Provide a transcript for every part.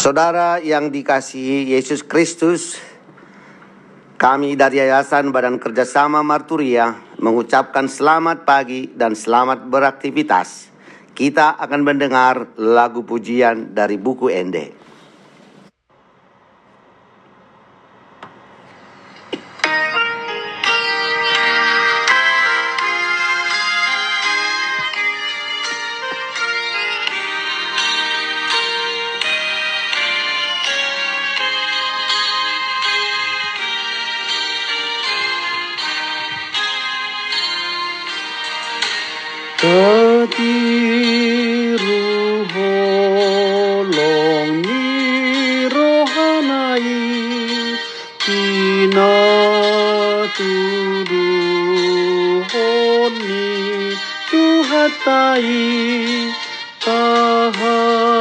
Saudara yang dikasihi Yesus Kristus, kami dari Yayasan Badan Kerjasama Marturia mengucapkan selamat pagi dan selamat beraktivitas. Kita akan mendengar lagu pujian dari buku Ende. Katiru holong ni rohanai tina tudu honi tuhatai taha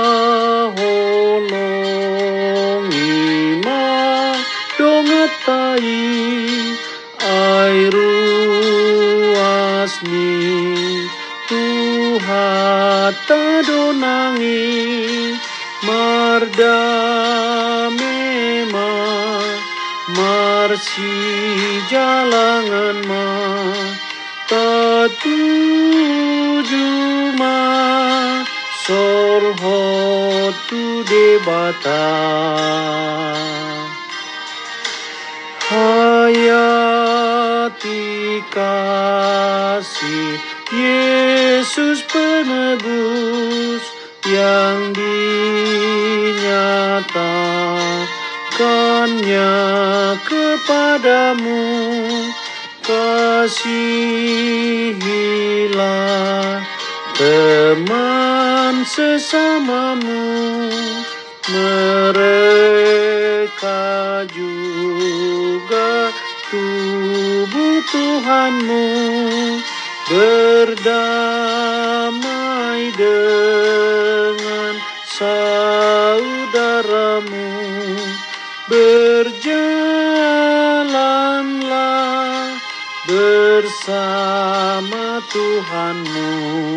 holong ima dongatai airu asni Tuhan donangi marda mema marsi jalangan ma tatuju ma sorhot tu debata hayati kasih Yesus penebus yang dinyatakannya kepadamu, kasihilah teman sesamamu, mereka juga tubuh Tuhanmu. Berdamai dengan saudaramu, berjalanlah bersama Tuhanmu.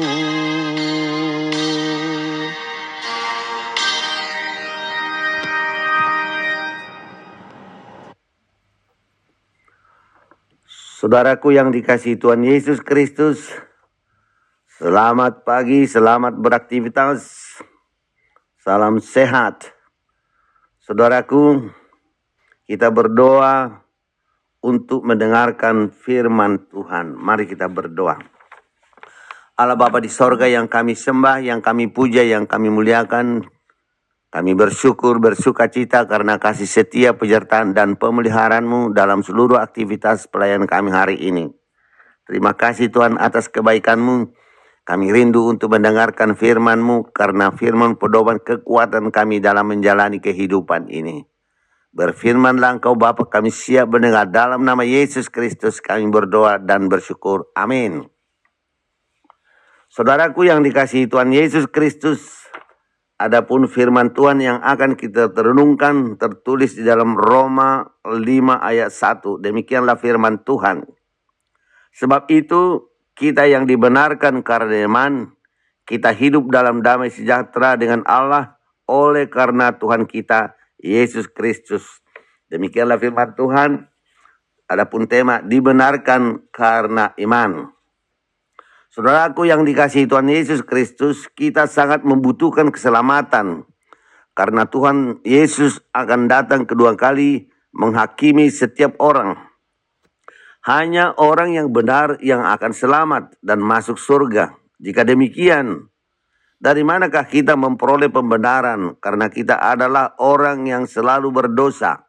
Saudaraku yang dikasihi Tuhan Yesus Kristus, selamat pagi, selamat beraktivitas, salam sehat. Saudaraku, kita berdoa untuk mendengarkan firman Tuhan. Mari kita berdoa. Allah Bapa di sorga yang kami sembah, yang kami puja, yang kami muliakan, kami bersyukur, bersukacita karena kasih setia, penyertaan dan pemeliharaan-Mu dalam seluruh aktivitas pelayanan kami hari ini. Terima kasih Tuhan atas kebaikan-Mu. Kami rindu untuk mendengarkan firman-Mu karena firman pedoman kekuatan kami dalam menjalani kehidupan ini. Berfirmanlah Engkau Bapa, kami siap mendengar. Dalam nama Yesus Kristus kami berdoa dan bersyukur. Amin. Saudaraku yang dikasihi Tuhan Yesus Kristus, adapun firman Tuhan yang akan kita renungkan tertulis di dalam Roma 5 ayat 1. Demikianlah firman Tuhan. Sebab itu kita yang dibenarkan karena iman, kita hidup dalam damai sejahtera dengan Allah oleh karena Tuhan kita Yesus Kristus. Demikianlah firman Tuhan. Adapun tema dibenarkan karena iman. Saudaraku yang dikasihi Tuhan Yesus Kristus, kita sangat membutuhkan keselamatan. Karena Tuhan Yesus akan datang kedua kali menghakimi setiap orang. Hanya orang yang benar yang akan selamat dan masuk surga. Jika demikian, dari manakah kita memperoleh pembenaran? Karena kita adalah orang yang selalu berdosa.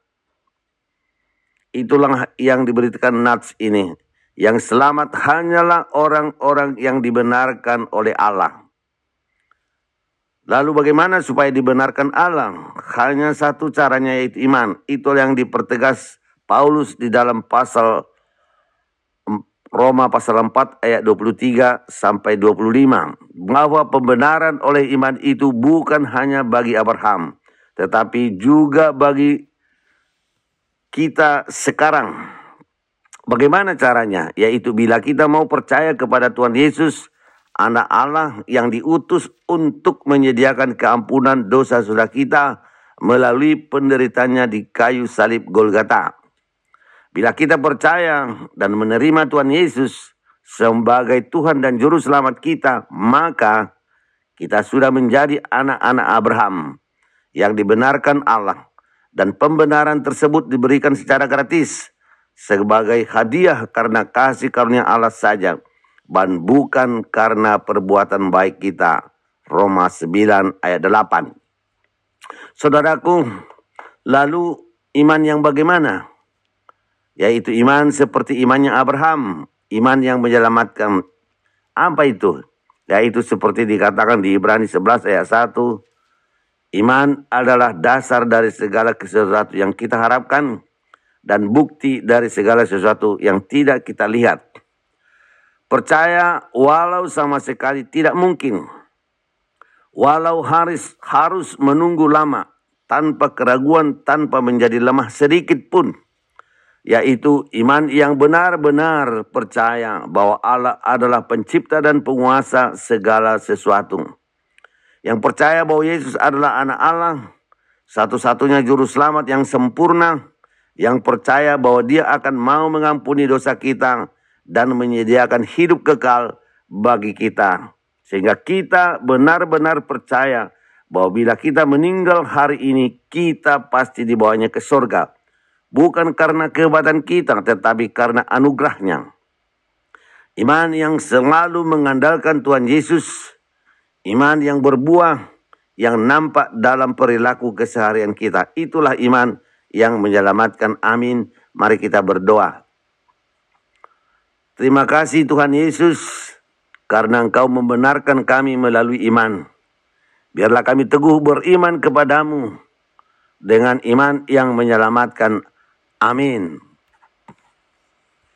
Itulah yang diberitakan nats ini. Yang selamat hanyalah orang-orang yang dibenarkan oleh Allah. Lalu bagaimana supaya dibenarkan Allah? Hanya satu caranya, yaitu iman. Itu yang dipertegas Paulus di dalam pasal Roma pasal 4 ayat 23 sampai 25. Bahwa pembenaran oleh iman itu bukan hanya bagi Abraham, tetapi juga bagi kita sekarang. Bagaimana caranya? Yaitu bila kita mau percaya kepada Tuhan Yesus, Anak Allah yang diutus untuk menyediakan keampunan dosa saudara kita melalui penderitaannya di kayu salib Golgota. Bila kita percaya dan menerima Tuhan Yesus sebagai Tuhan dan Juru Selamat kita, maka kita sudah menjadi anak-anak Abraham yang dibenarkan Allah. Dan pembenaran tersebut diberikan secara gratis sebagai hadiah karena kasih karunia Allah saja, dan bukan karena perbuatan baik kita. Roma 9 ayat 8. Saudaraku, lalu iman yang bagaimana? Yaitu iman seperti imannya Abraham, iman yang menyelamatkan. Apa itu? Yaitu seperti dikatakan di Ibrani 11 ayat 1, iman adalah dasar dari segala sesuatu yang kita harapkan dan bukti dari segala sesuatu yang tidak kita lihat. Percaya walau sama sekali tidak mungkin, walau harus menunggu lama, tanpa keraguan, tanpa menjadi lemah sedikit pun. Yaitu iman yang benar-benar percaya bahwa Allah adalah pencipta dan penguasa segala sesuatu. Yang percaya bahwa Yesus adalah anak Allah, satu-satunya juru selamat yang sempurna, yang percaya bahwa Dia akan mau mengampuni dosa kita dan menyediakan hidup kekal bagi kita. Sehingga kita benar-benar percaya bahwa bila kita meninggal hari ini, kita pasti dibawanya ke surga. Bukan karena kehebatan kita, tetapi karena anugerahnya. Iman yang selalu mengandalkan Tuhan Yesus. Iman yang berbuah, yang nampak dalam perilaku keseharian kita. Itulah iman yang menyelamatkan. Amin. Mari kita berdoa. Terima kasih Tuhan Yesus, karena Engkau membenarkan kami melalui iman. Biarlah kami teguh beriman kepadamu dengan iman yang menyelamatkan. Amin.